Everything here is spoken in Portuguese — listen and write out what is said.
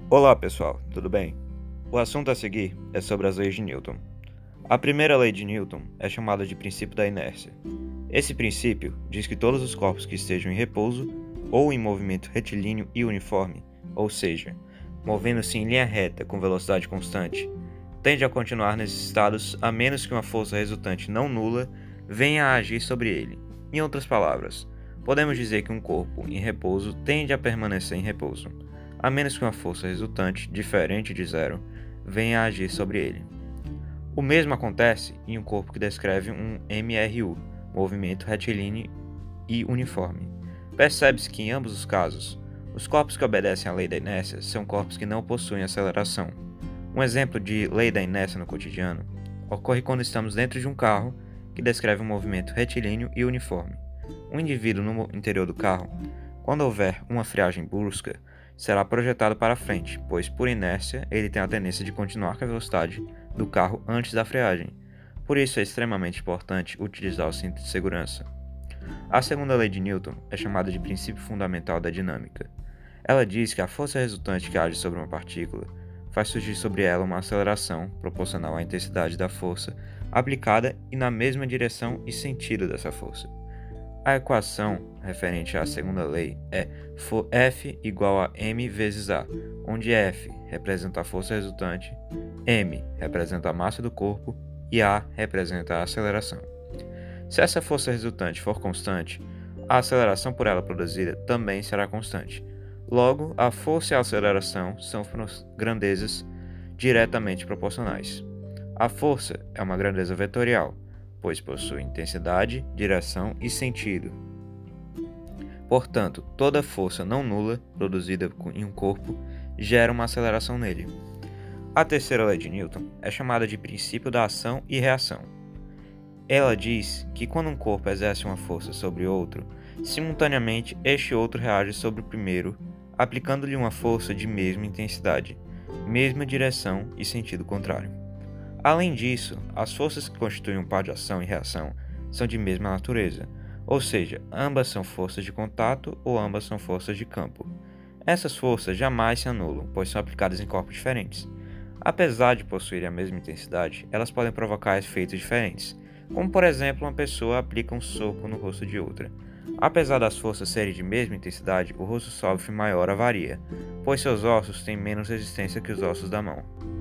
Olá pessoal, tudo bem? O assunto a seguir é sobre as leis de Newton. A primeira lei de Newton é chamada de princípio da inércia. Esse princípio diz que todos os corpos que estejam em repouso ou em movimento retilíneo e uniforme, ou seja, movendo-se em linha reta com velocidade constante, tende a continuar nesses estados a menos que uma força resultante não nula venha a agir sobre ele. Em outras palavras, podemos dizer que um corpo em repouso tende a permanecer em repouso, a menos que uma força resultante, diferente de zero, venha a agir sobre ele. O mesmo acontece em um corpo que descreve um MRU, movimento retilíneo e uniforme. Percebe-se que em ambos os casos, os corpos que obedecem à lei da inércia são corpos que não possuem aceleração. Um exemplo de lei da inércia no cotidiano ocorre quando estamos dentro de um carro que descreve um movimento retilíneo e uniforme. Um indivíduo no interior do carro, quando houver uma friagem brusca, será projetado para frente, pois por inércia ele tem a tendência de continuar com a velocidade do carro antes da freagem. Por isso é extremamente importante utilizar o cinto de segurança. A segunda lei de Newton é chamada de princípio fundamental da dinâmica. Ela diz que a força resultante que age sobre uma partícula faz surgir sobre ela uma aceleração proporcional à intensidade da força aplicada e na mesma direção e sentido dessa força. A equação referente à segunda lei é F igual a m vezes a, onde F representa a força resultante, m representa a massa do corpo e a representa a aceleração. Se essa força resultante for constante, a aceleração por ela produzida também será constante. Logo, a força e a aceleração são grandezas diretamente proporcionais. A força é uma grandeza vetorial, pois possui intensidade, direção e sentido. Portanto, toda força não nula produzida em um corpo gera uma aceleração nele. A terceira lei de Newton é chamada de princípio da ação e reação. Ela diz que quando um corpo exerce uma força sobre outro, simultaneamente este outro reage sobre o primeiro, aplicando-lhe uma força de mesma intensidade, mesma direção e sentido contrário. Além disso, as forças que constituem um par de ação e reação são de mesma natureza, ou seja, ambas são forças de contato ou ambas são forças de campo. Essas forças jamais se anulam, pois são aplicadas em corpos diferentes. Apesar de possuírem a mesma intensidade, elas podem provocar efeitos diferentes, como por exemplo uma pessoa aplica um soco no rosto de outra. Apesar das forças serem de mesma intensidade, o rosto sofre maior avaria, pois seus ossos têm menos resistência que os ossos da mão.